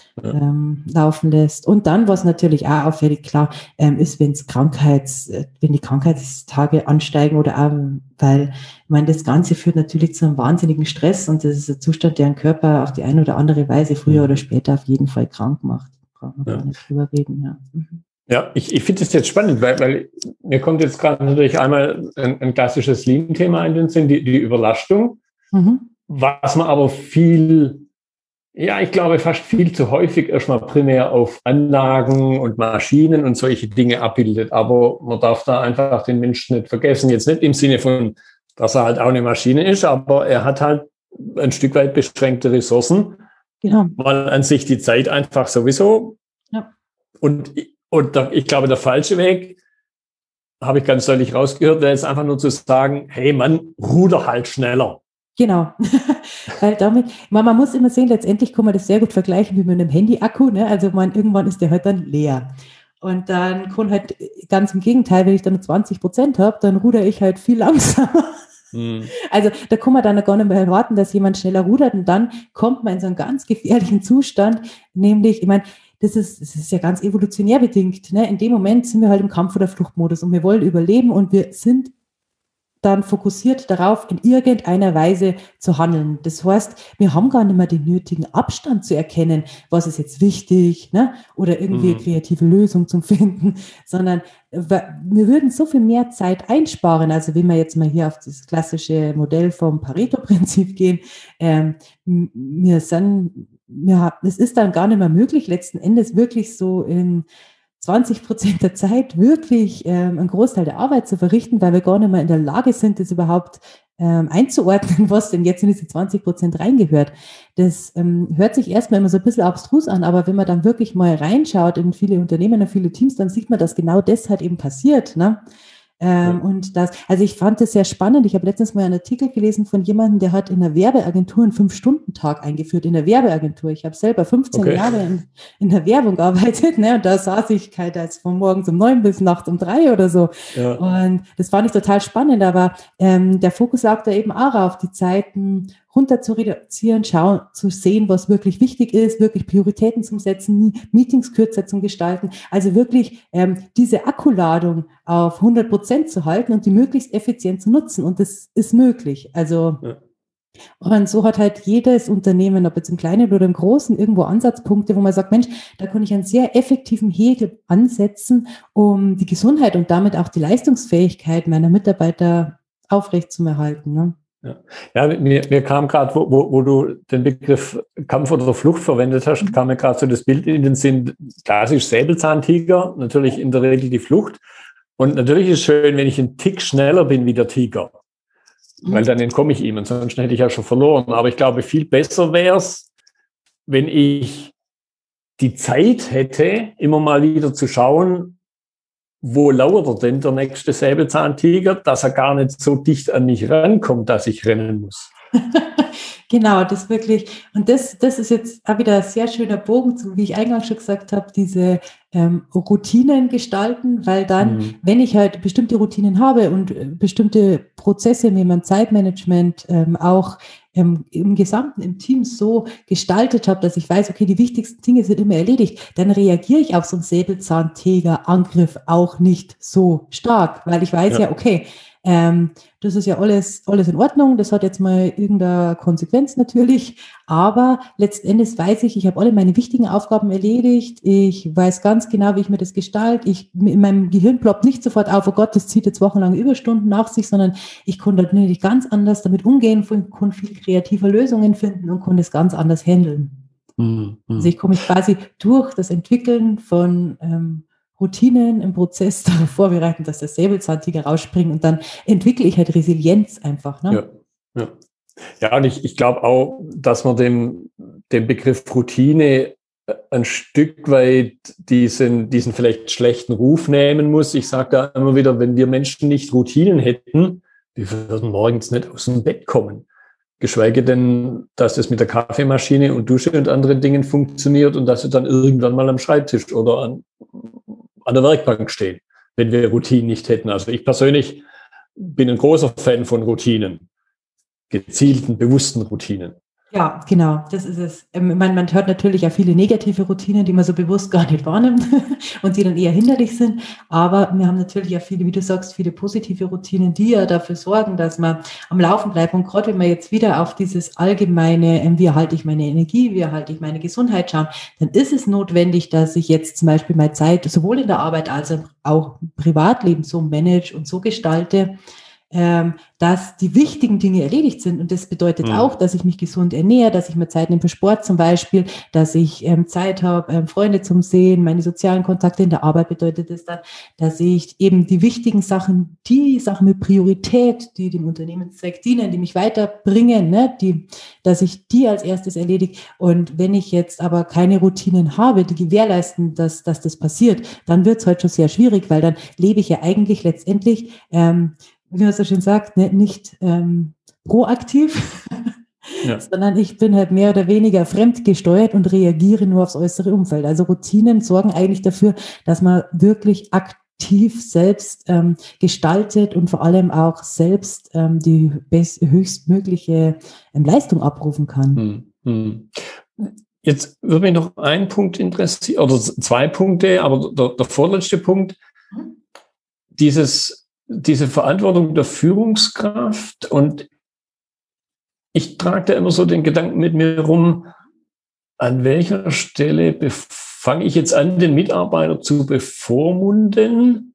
ähm, laufen lässt. Und dann, was natürlich auch auffällig klar ähm, ist, wenn es Krankheits, wenn die Krankheitstage ansteigen oder auch, weil, ich meine, das Ganze führt natürlich zu einem wahnsinnigen Stress und das ist ein Zustand, der den Körper auf die eine oder andere Weise früher mhm. oder später auf jeden Fall krank macht. Brauchen wir ja. gar nicht drüber reden, ja. Mhm. Ja, ich, ich finde das jetzt spannend, weil, weil mir kommt jetzt gerade natürlich einmal ein, ein klassisches Lean-Thema in den Sinn, die, die Überlastung, mhm. was man aber viel, ja, ich glaube fast viel zu häufig erstmal primär auf Anlagen und Maschinen und solche Dinge abbildet. Aber man darf da einfach den Menschen nicht vergessen, jetzt nicht im Sinne von, dass er halt auch eine Maschine ist, aber er hat halt ein Stück weit beschränkte Ressourcen, genau. Weil an sich die Zeit einfach sowieso ja. und Und ich glaube, der falsche Weg habe ich ganz deutlich rausgehört, wäre jetzt einfach nur zu sagen, hey Mann, ruder halt schneller. Genau, weil damit, man, man muss immer sehen, letztendlich kann man das sehr gut vergleichen wie mit einem Handy-Akku, ne? Also man, irgendwann ist der halt dann leer. Und dann kann halt ganz im Gegenteil, wenn ich dann nur zwanzig Prozent habe, dann ruder ich halt viel langsamer. Hm. Also da kann man dann gar nicht mehr erwarten, dass jemand schneller rudert und dann kommt man in so einen ganz gefährlichen Zustand, nämlich, ich meine, das ist, das ist ja ganz evolutionär bedingt, ne? In dem Moment sind wir halt im Kampf- oder Fluchtmodus und wir wollen überleben und wir sind dann fokussiert darauf, in irgendeiner Weise zu handeln. Das heißt, wir haben gar nicht mehr den nötigen Abstand zu erkennen, was ist jetzt wichtig, ne? Oder irgendwie eine kreative Lösung zu finden, sondern wir würden so viel mehr Zeit einsparen. Also wenn wir jetzt mal hier auf das klassische Modell vom Pareto-Prinzip gehen, ähm, wir sind, wir, es ist dann gar nicht mehr möglich, letzten Endes wirklich so in zwanzig Prozent der Zeit wirklich ähm, einen Großteil der Arbeit zu verrichten, weil wir gar nicht mehr in der Lage sind, das überhaupt ähm, einzuordnen, was denn jetzt in diese zwanzig Prozent reingehört. Das ähm, hört sich erstmal immer so ein bisschen abstrus an, aber wenn man dann wirklich mal reinschaut in viele Unternehmen und viele Teams, dann sieht man, dass genau das halt eben passiert, ne? Ähm, ja. Und das, also ich fand das sehr spannend. Ich habe letztens mal einen Artikel gelesen von jemandem, der hat in der Werbeagentur einen Fünf-Stunden-Tag eingeführt, in der Werbeagentur. Ich habe selber fünfzehn okay. Jahre in, in der Werbung gearbeitet, ne? Und da saß ich halt als von morgens um neun bis nachts um drei oder so. Ja. Und das fand ich total spannend, aber ähm, der Fokus lag da eben auch auf, die Zeiten runter zu reduzieren, schauen, zu sehen, was wirklich wichtig ist, wirklich Prioritäten zu setzen, Meetings kürzer zu gestalten, also wirklich ähm, diese Akkuladung auf hundert Prozent zu halten und die möglichst effizient zu nutzen, und das ist möglich, also ja. Und so hat halt jedes Unternehmen, ob jetzt im Kleinen oder im Großen, irgendwo Ansatzpunkte, wo man sagt, Mensch, da kann ich einen sehr effektiven Hebel ansetzen, um die Gesundheit und damit auch die Leistungsfähigkeit meiner Mitarbeiter aufrechtzuerhalten, ne? Ja, ja mir, mir kam gerade, wo, wo, wo du den Begriff Kampf oder Flucht verwendet hast, kam mir gerade so das Bild in den Sinn, klassisch Säbelzahntiger, natürlich in der Regel die Flucht. Und natürlich ist es schön, wenn ich einen Tick schneller bin wie der Tiger, mhm. weil dann entkomme ich ihm, ansonsten hätte ich ja schon verloren. Aber ich glaube, viel besser wäre es, wenn ich die Zeit hätte, immer mal wieder zu schauen, wo lauert denn der nächste Säbelzahntiger, dass er gar nicht so dicht an mich rankommt, dass ich rennen muss. Genau, das wirklich, und das, das ist jetzt auch wieder ein sehr schöner Bogen zu, wie ich eingangs schon gesagt habe, diese ähm, Routinen gestalten, weil dann, mhm. wenn ich halt bestimmte Routinen habe und äh, bestimmte Prozesse wie mein Zeitmanagement ähm, auch ähm, im Gesamten, im Team so gestaltet habe, dass ich weiß, okay, die wichtigsten Dinge sind immer erledigt, dann reagiere ich auf so einen Säbelzahntiger-Angriff auch nicht so stark, weil ich weiß ja, ja okay, Ähm, das ist ja alles, alles in Ordnung, das hat jetzt mal irgendeine Konsequenz natürlich, aber letzten Endes weiß ich, ich habe alle meine wichtigen Aufgaben erledigt, ich weiß ganz genau, wie ich mir das gestalte, ich, in meinem Gehirn ploppt nicht sofort auf, oh Gott, das zieht jetzt wochenlang Überstunden nach sich, sondern ich konnte natürlich ganz anders damit umgehen, konnte viel kreative Lösungen finden und konnte es ganz anders handeln. Mhm. Also ich komme mich quasi durch das Entwickeln von ähm, Routinen im Prozess darauf vorbereiten, dass der Säbelzahntiger rausspringt, und dann entwickle ich halt Resilienz einfach. Ne? Ja, ja. ja, und ich, ich glaube auch, dass man dem, dem Begriff Routine ein Stück weit diesen, diesen vielleicht schlechten Ruf nehmen muss. Ich sage da immer wieder, wenn wir Menschen nicht Routinen hätten, wir würden morgens nicht aus dem Bett kommen. Geschweige denn, dass es mit der Kaffeemaschine und Dusche und anderen Dingen funktioniert und dass wir dann irgendwann mal am Schreibtisch oder an, an der Werkbank stehen, wenn wir Routinen nicht hätten. Also ich persönlich bin ein großer Fan von Routinen, gezielten, bewussten Routinen. Ja, genau, das ist es. Man, man hört natürlich auch viele negative Routinen, die man so bewusst gar nicht wahrnimmt und die dann eher hinderlich sind. Aber wir haben natürlich auch viele, wie du sagst, viele positive Routinen, die ja dafür sorgen, dass man am Laufen bleibt. Und gerade wenn wir jetzt wieder auf dieses allgemeine, wie erhalte ich meine Energie, wie erhalte ich meine Gesundheit schauen, dann ist es notwendig, dass ich jetzt zum Beispiel meine Zeit sowohl in der Arbeit als auch im Privatleben so manage und so gestalte, ähm, dass die wichtigen Dinge erledigt sind. Und das bedeutet mhm. auch, dass ich mich gesund ernähre, dass ich mir Zeit nehme für Sport zum Beispiel, dass ich ähm, Zeit habe, ähm, Freunde zum Sehen, meine sozialen Kontakte in der Arbeit bedeutet es dann, dass ich eben die wichtigen Sachen, die Sachen mit Priorität, die dem Unternehmenszweck dienen, die mich weiterbringen, ne, die, dass ich die als erstes erledige. Und wenn ich jetzt aber keine Routinen habe, die gewährleisten, dass, dass das passiert, dann wird es heute schon sehr schwierig, weil dann lebe ich ja eigentlich letztendlich, ähm, wie man so schön sagt, ne, nicht ähm, proaktiv, ja. sondern ich bin halt mehr oder weniger fremdgesteuert und reagiere nur aufs äußere Umfeld. Also Routinen sorgen eigentlich dafür, dass man wirklich aktiv selbst ähm, gestaltet und vor allem auch selbst ähm, die best, höchstmögliche ähm, Leistung abrufen kann. Hm, hm. Jetzt würde mich noch ein Punkt interessieren, oder zwei Punkte, aber der, der vorletzte Punkt, hm? dieses diese Verantwortung der Führungskraft, und ich trage da immer so den Gedanken mit mir rum, an welcher Stelle fange ich jetzt an, den Mitarbeiter zu bevormunden,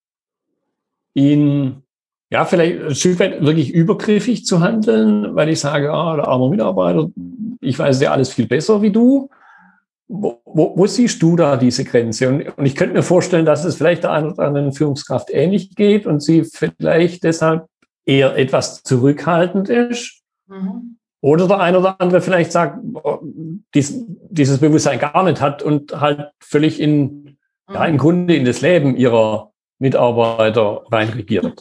ihn ja vielleicht ein Stück weit wirklich übergriffig zu handeln, weil ich sage, ah, der arme Mitarbeiter, ich weiß ja alles viel besser wie du. Wo, wo, wo siehst du da diese Grenze? Und, und ich könnte mir vorstellen, dass es vielleicht der einen oder anderen Führungskraft ähnlich geht und sie vielleicht deshalb eher etwas zurückhaltend ist. Mhm. Oder der eine oder andere vielleicht sagt, dies, dieses Bewusstsein gar nicht hat und halt völlig in, mhm. ja, im Grunde in das Leben ihrer Mitarbeiter reinregiert.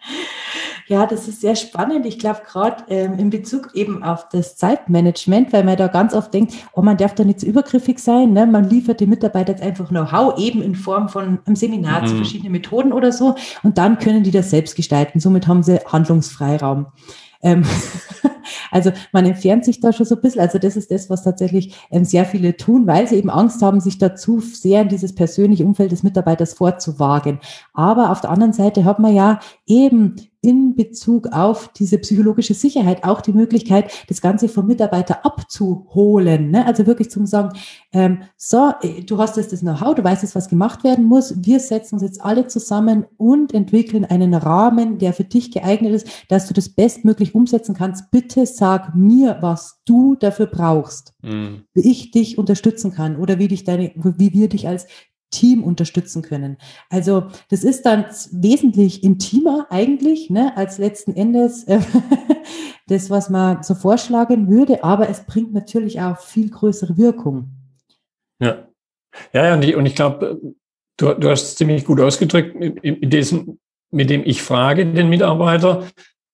Ja, das ist sehr spannend. Ich glaube, gerade ähm, in Bezug eben auf das Zeitmanagement, weil man da ganz oft denkt, oh, man darf da nicht zu übergriffig sein. Ne? Man liefert den Mitarbeitern jetzt einfach Know-how, eben in Form von einem Seminar mhm. zu verschiedenen Methoden oder so. Und dann können die das selbst gestalten. Somit haben sie Handlungsfreiraum. Ähm, also man entfernt sich da schon so ein bisschen. Also das ist das, was tatsächlich ähm, sehr viele tun, weil sie eben Angst haben, sich dazu sehr in dieses persönliche Umfeld des Mitarbeiters vorzuwagen. Aber auf der anderen Seite hat man ja eben in Bezug auf diese psychologische Sicherheit auch die Möglichkeit, das Ganze vom Mitarbeiter abzuholen. Ne? Also wirklich zum sagen, ähm, so, du hast jetzt das Know-how, du weißt jetzt, was gemacht werden muss. Wir setzen uns jetzt alle zusammen und entwickeln einen Rahmen, der für dich geeignet ist, dass du das bestmöglich umsetzen kannst. Bitte sag mir, was du dafür brauchst, mhm. wie ich dich unterstützen kann oder wie dich deine, wie wir dich als Team unterstützen können. Also das ist dann wesentlich intimer eigentlich, ne, als letzten Endes äh, das, was man so vorschlagen würde, aber es bringt natürlich auch viel größere Wirkung. Ja, ja, ja und ich, und ich glaube, du, du hast es ziemlich gut ausgedrückt, in, in diesem, mit dem ich frage den Mitarbeiter,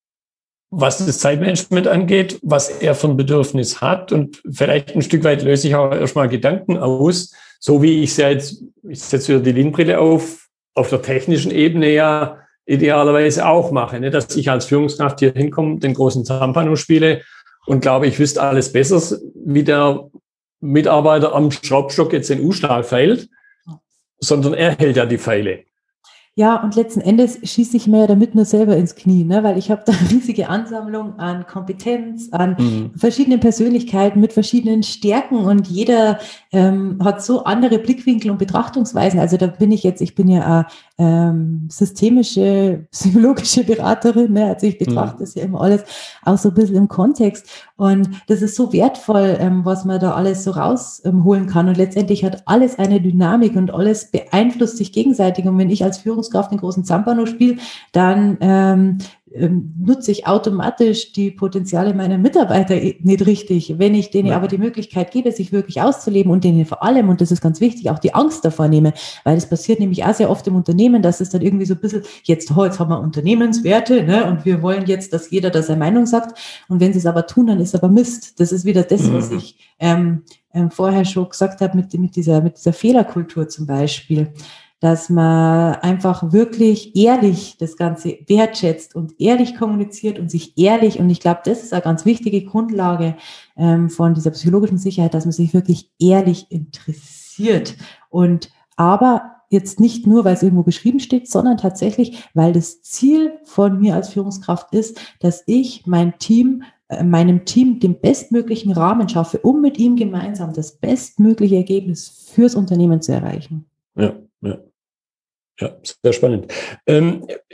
was das Zeitmanagement angeht, was er für ein Bedürfnis hat, und vielleicht ein Stück weit löse ich auch erstmal Gedanken aus, so wie ich es ja jetzt, ich setze wieder die Lean-Brille auf, auf der technischen Ebene ja idealerweise auch mache, ne? Dass ich als Führungskraft hier hinkomme, den großen Zampano spiele und glaube, ich wüsste alles besser, wie der Mitarbeiter am Schraubstock jetzt den U-Stahl feilt, sondern er hält ja die Pfeile. Ja, und letzten Endes schieße ich mir damit nur selber ins Knie, ne? Weil ich habe da eine riesige Ansammlung an Kompetenz, an mhm. verschiedenen Persönlichkeiten mit verschiedenen Stärken, und jeder ähm, hat so andere Blickwinkel und Betrachtungsweisen. Also da bin ich jetzt, ich bin ja ähm, systemische, psychologische Beraterin, ne? Also ich betrachte mhm. das ja immer alles auch so ein bisschen im Kontext, und das ist so wertvoll, ähm, was man da alles so rausholen ähm, kann, und letztendlich hat alles eine Dynamik und alles beeinflusst sich gegenseitig, und wenn ich als Führungskraft den großen Zampano spiele, dann ähm, ähm, nutze ich automatisch die Potenziale meiner Mitarbeiter nicht richtig. Wenn ich denen ja. aber die Möglichkeit gebe, sich wirklich auszuleben, und denen vor allem, und das ist ganz wichtig, auch die Angst davor nehme, weil das passiert nämlich auch sehr oft im Unternehmen, dass es dann irgendwie so ein bisschen, jetzt, oh, jetzt haben wir Unternehmenswerte, ne, und wir wollen jetzt, dass jeder da seine Meinung sagt, und wenn sie es aber tun, dann ist aber Mist. Das ist wieder das, mhm. was ich ähm, ähm, vorher schon gesagt habe mit, mit dieser, mit dieser Fehlerkultur zum Beispiel, dass man einfach wirklich ehrlich das Ganze wertschätzt und ehrlich kommuniziert und sich ehrlich, und ich glaube, das ist eine ganz wichtige Grundlage ähm, von dieser psychologischen Sicherheit, dass man sich wirklich ehrlich interessiert, und aber jetzt nicht nur, weil es irgendwo geschrieben steht, sondern tatsächlich, weil das Ziel von mir als Führungskraft ist, dass ich mein Team meinem Team den bestmöglichen Rahmen schaffe, um mit ihm gemeinsam das bestmögliche Ergebnis fürs Unternehmen zu erreichen. Ja, ja. Ja, sehr spannend. Ähm,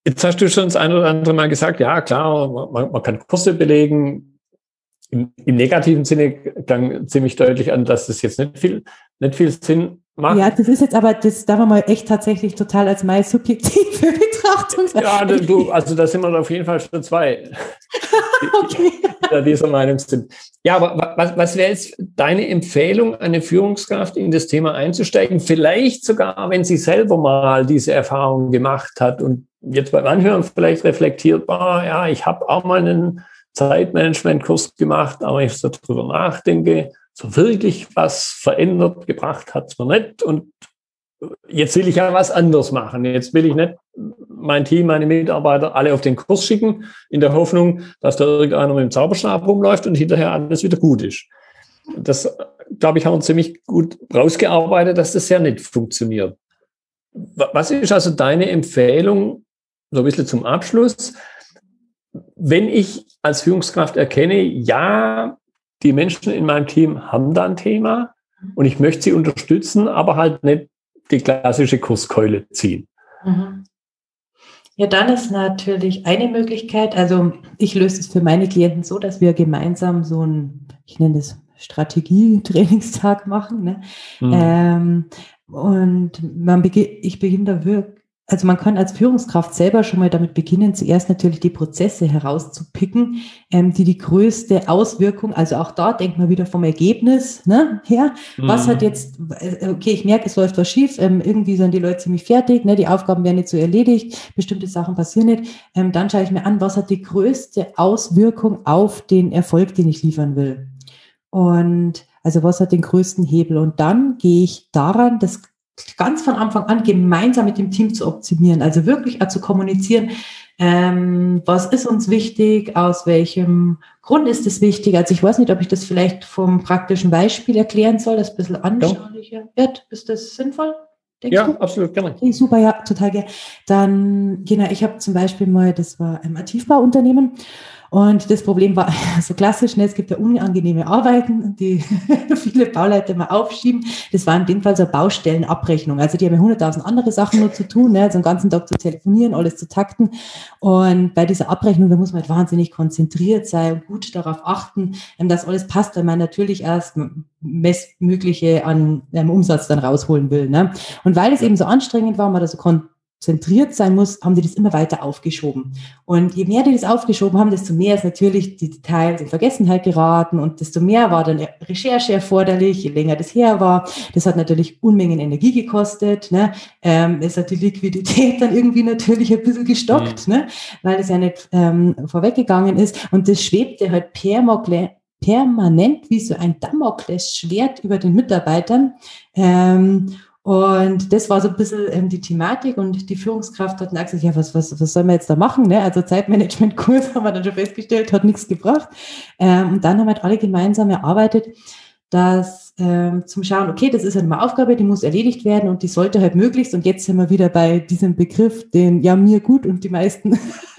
Jetzt hast du schon das eine oder andere Mal gesagt, ja klar, man, man kann Kurse belegen. Im, Im negativen Sinne klang ziemlich deutlich an, dass das jetzt nicht viel, nicht viel Sinn macht. Ja, das ist jetzt aber, das darf man mal echt tatsächlich total als meine subjektive Betrachtung sagen. Ja, du, also da sind wir auf jeden Fall schon zwei, okay. die dieser Meinung sind. Ja, aber was, was wäre jetzt deine Empfehlung, eine Führungskraft in das Thema einzusteigen? Vielleicht sogar, wenn sie selber mal diese Erfahrung gemacht hat und jetzt beim Anhören vielleicht reflektiert, ah, ja, ich habe auch mal einen Zeitmanagement-Kurs gemacht, aber ich so darüber nachdenke, so wirklich was verändert, gebracht hat es mir nicht und jetzt will ich ja was anderes machen. Jetzt will ich nicht mein Team, meine Mitarbeiter alle auf den Kurs schicken, in der Hoffnung, dass da irgendeiner mit dem Zauberstab rumläuft und hinterher alles wieder gut ist. Das, glaube ich, haben wir ziemlich gut rausgearbeitet, dass das ja nicht funktioniert. Was ist also deine Empfehlung, so ein bisschen zum Abschluss, wenn ich als Führungskraft erkenne, ja, die Menschen in meinem Team haben da ein Thema und ich möchte sie unterstützen, aber halt nicht die klassische Kurskeule ziehen. Mhm. Ja, dann ist natürlich eine Möglichkeit, also ich löse es für meine Klienten so, dass wir gemeinsam so ein, ich nenne das Strategie-Trainingstag machen. Ne? Mhm. Ähm, und man beginn, ich beginne da wirklich, also man kann als Führungskraft selber schon mal damit beginnen, zuerst natürlich die Prozesse herauszupicken, ähm, die die größte Auswirkung, also auch da denkt man wieder vom Ergebnis ne, her, mhm. was hat jetzt, okay, ich merke, es läuft was schief, ähm, irgendwie sind die Leute ziemlich fertig, ne, die Aufgaben werden nicht so erledigt, bestimmte Sachen passieren nicht, ähm, dann schaue ich mir an, was hat die größte Auswirkung auf den Erfolg, den ich liefern will. Und also was hat den größten Hebel? Und dann gehe ich daran, das ganz von Anfang an gemeinsam mit dem Team zu optimieren, also wirklich auch zu kommunizieren, ähm, was ist uns wichtig, aus welchem Grund ist es wichtig. Also ich weiß nicht, ob ich das vielleicht vom praktischen Beispiel erklären soll, das ein bisschen anschaulicher wird. Ist das sinnvoll? Ja, du? Absolut, gerne. Okay, super, ja, total gerne. Dann, genau, ich habe zum Beispiel mal, das war ein Tiefbauunternehmen. Und das Problem war so klassisch, ne, es gibt ja unangenehme Arbeiten, die viele Bauleiter mal aufschieben. Das war in dem Fall so eine Baustellenabrechnung. Also die haben ja hunderttausend andere Sachen nur zu tun, ne, also den ganzen Tag zu telefonieren, alles zu takten. Und bei dieser Abrechnung, da muss man halt wahnsinnig konzentriert sein und gut darauf achten, dass alles passt, weil man natürlich erst Bestmögliche an ähm, Umsatz dann rausholen will. Ne? Und weil es eben so anstrengend war, man da so kon- zentriert sein muss, haben die das immer weiter aufgeschoben. Und je mehr die das aufgeschoben haben, desto mehr ist natürlich die Details in Vergessenheit geraten und desto mehr war dann Recherche erforderlich, je länger das her war. Das hat natürlich Unmengen Energie gekostet. Ne? Ähm, es hat die Liquidität dann irgendwie natürlich ein bisschen gestockt, mhm. ne? Weil es ja nicht ähm, vorweggegangen ist. Und das schwebte halt permanent permanent wie so ein Damoklesschwert über den Mitarbeitern. Ähm, Und das war so ein bisschen ähm, die Thematik und die Führungskraft hat dann gesagt, ja, was, was, was soll man jetzt da machen? Ne? Also Zeitmanagement-Kurs haben wir dann schon festgestellt, hat nichts gebracht. Ähm, und dann haben wir halt alle gemeinsam erarbeitet, dass ähm, zum Schauen, okay, das ist halt eine Aufgabe, die muss erledigt werden und die sollte halt möglichst, und jetzt sind wir wieder bei diesem Begriff, den ja mir gut und die meisten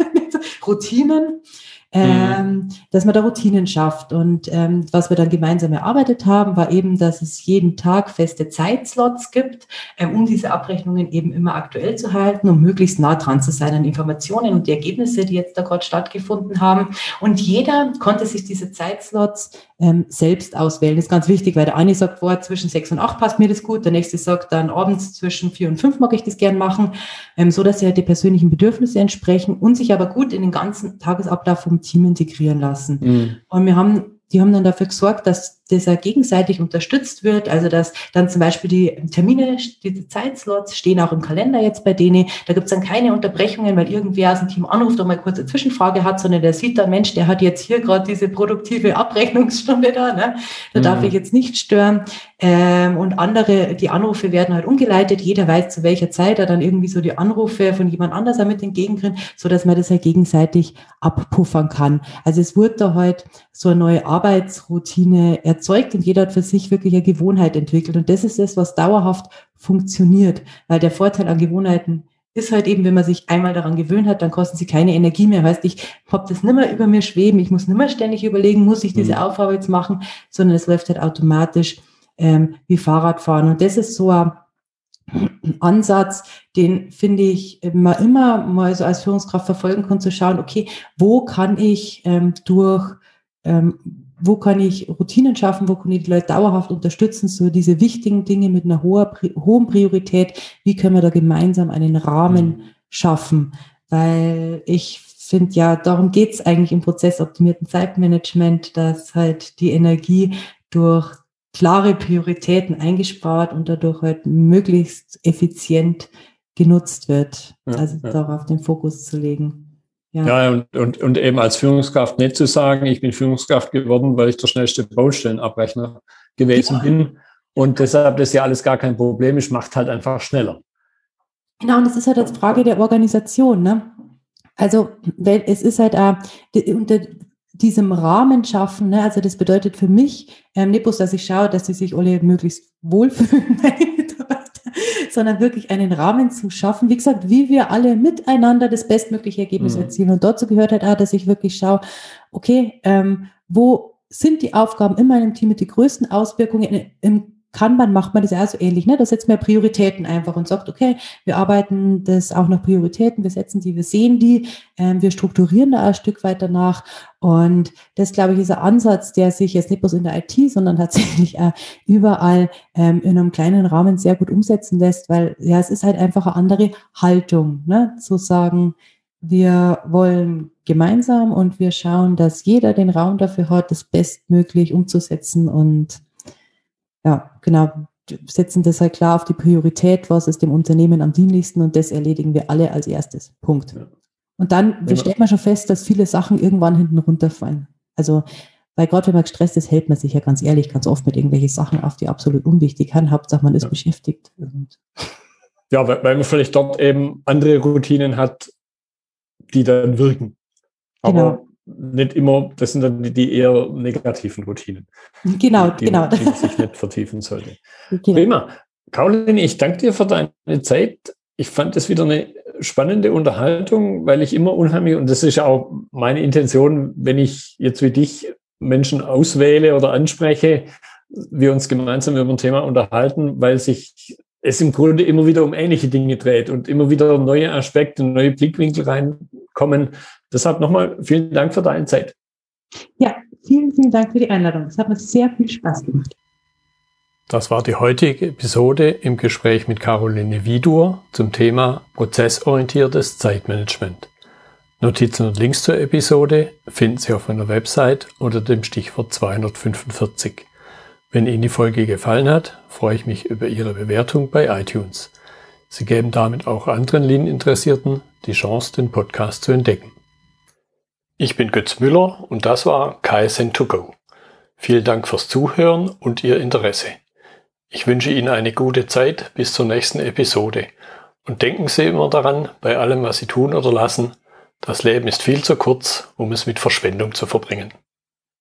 Routinen, Ähm, dass man da Routinen schafft. Und ähm, was wir dann gemeinsam erarbeitet haben, war eben, dass es jeden Tag feste Zeitslots gibt, ähm, um diese Abrechnungen eben immer aktuell zu halten, um möglichst nah dran zu sein an Informationen und die Ergebnisse, die jetzt da gerade stattgefunden haben. Und jeder konnte sich diese Zeitslots ähm, selbst auswählen. Das ist ganz wichtig, weil der eine sagt, vor zwischen sechs und acht passt mir das gut, der nächste sagt dann abends zwischen vier und fünf mag ich das gern machen, ähm, so dass sie halt die persönlichen Bedürfnisse entsprechen und sich aber gut in den ganzen Tagesablauf vom Team integrieren lassen. Mhm. Und wir haben, die haben dann dafür gesorgt, dass das ja gegenseitig unterstützt wird, also dass dann zum Beispiel die Termine, die Zeitslots stehen auch im Kalender jetzt bei denen, da gibt es dann keine Unterbrechungen, weil irgendwer aus dem Team anruft und mal kurz eine Zwischenfrage hat, sondern der sieht dann, Mensch, der hat jetzt hier gerade diese produktive Abrechnungsstunde da, ne? Da mhm. darf ich jetzt nicht stören. Ähm, und andere, die Anrufe werden halt umgeleitet, jeder weiß, zu welcher Zeit er dann irgendwie so die Anrufe von jemand anders damit entgegenkriegt, so dass man das halt gegenseitig abpuffern kann. Also es wurde da halt so eine neue Arbeitsroutine erzeugt und jeder hat für sich wirklich eine Gewohnheit entwickelt. Und das ist das, was dauerhaft funktioniert, weil der Vorteil an Gewohnheiten ist halt eben, wenn man sich einmal daran gewöhnt hat, dann kosten sie keine Energie mehr. Heißt, ich habe das nimmer über mir schweben, ich muss nimmer ständig überlegen, muss ich diese Aufgabe jetzt machen, sondern es läuft halt automatisch ähm, wie Fahrradfahren. Und das ist so ein Ansatz, den finde ich man immer mal so als Führungskraft verfolgen kann, zu schauen, okay, wo kann ich ähm, durch, ähm, wo kann ich Routinen schaffen, wo kann ich die Leute dauerhaft unterstützen, so diese wichtigen Dinge mit einer hoher, hohen Priorität, wie können wir da gemeinsam einen Rahmen mhm. schaffen, weil ich finde, ja, darum geht es eigentlich im prozessoptimierten Zeitmanagement, dass halt die Energie durch klare Prioritäten eingespart und dadurch halt möglichst effizient genutzt wird. Ja, also ja. darauf den Fokus zu legen. Ja, ja und, und, und eben als Führungskraft nicht zu sagen, ich bin Führungskraft geworden, weil ich der schnellste Baustellenabrechner gewesen ja. bin und deshalb das ja alles gar kein Problem ist, macht halt einfach schneller. Genau, und das ist halt als Frage der Organisation, ne? Also, weil es ist halt äh, die, unter diesem Rahmen schaffen, ne? Also das bedeutet für mich ähm, nicht bloß, dass ich schaue, dass sie sich alle möglichst wohlfühlen, meine Mitarbeiter, sondern wirklich einen Rahmen zu schaffen, wie gesagt, wie wir alle miteinander das bestmögliche Ergebnis mhm. erzielen. Und dazu gehört halt auch, dass ich wirklich schaue, okay, ähm, wo sind die Aufgaben in meinem Team mit den größten Auswirkungen? Im Kanban macht man das ja auch so ähnlich, ne? Da setzt man Prioritäten einfach und sagt, okay, wir arbeiten das auch nach Prioritäten, wir setzen die, wir sehen die, ähm, wir strukturieren da ein Stück weit danach. Und das, glaube ich, ist ein Ansatz, der sich jetzt nicht bloß in der I T, sondern tatsächlich auch überall ähm, in einem kleinen Rahmen sehr gut umsetzen lässt, weil ja, es ist halt einfach eine andere Haltung, ne? Zu sagen, wir wollen gemeinsam und wir schauen, dass jeder den Raum dafür hat, das bestmöglich umzusetzen und ja, genau, setzen das halt klar auf die Priorität, was ist dem Unternehmen am dienlichsten und das erledigen wir alle als erstes. Punkt. Ja. Und dann ja. stellt man schon fest, dass viele Sachen irgendwann hinten runterfallen. Also, weil gerade wenn man gestresst ist, hält man sich ja ganz ehrlich ganz oft mit irgendwelchen Sachen auf, die absolut unwichtig sind. Hauptsache man ist ja. beschäftigt. Und ja, weil, weil man vielleicht dort eben andere Routinen hat, die dann wirken. Aber genau. nicht immer, das sind dann die eher negativen Routinen. Genau, die, genau. Die man sich nicht vertiefen sollte. Genau. Prima. Caroline, ich danke dir für deine Zeit. Ich fand das wieder eine spannende Unterhaltung, weil ich immer unheimlich, und das ist ja auch meine Intention, wenn ich jetzt wie dich Menschen auswähle oder anspreche, wir uns gemeinsam über ein Thema unterhalten, weil sich es im Grunde immer wieder um ähnliche Dinge dreht und immer wieder neue Aspekte, neue Blickwinkel reinkommen. Deshalb nochmal vielen Dank für deine Zeit. Ja, vielen, vielen Dank für die Einladung. Es hat mir sehr viel Spaß gemacht. Das war die heutige Episode im Gespräch mit Caroline Wiedur zum Thema prozessorientiertes Zeitmanagement. Notizen und Links zur Episode finden Sie auf meiner Website unter dem Stichwort zweihundertfünfundvierzig. Wenn Ihnen die Folge gefallen hat, freue ich mich über Ihre Bewertung bei iTunes. Sie geben damit auch anderen Lean-Interessierten die Chance, den Podcast zu entdecken. Ich bin Götz Müller und das war K S N to go. Vielen Dank fürs Zuhören und Ihr Interesse. Ich wünsche Ihnen eine gute Zeit bis zur nächsten Episode und denken Sie immer daran, bei allem, was Sie tun oder lassen, das Leben ist viel zu kurz, um es mit Verschwendung zu verbringen.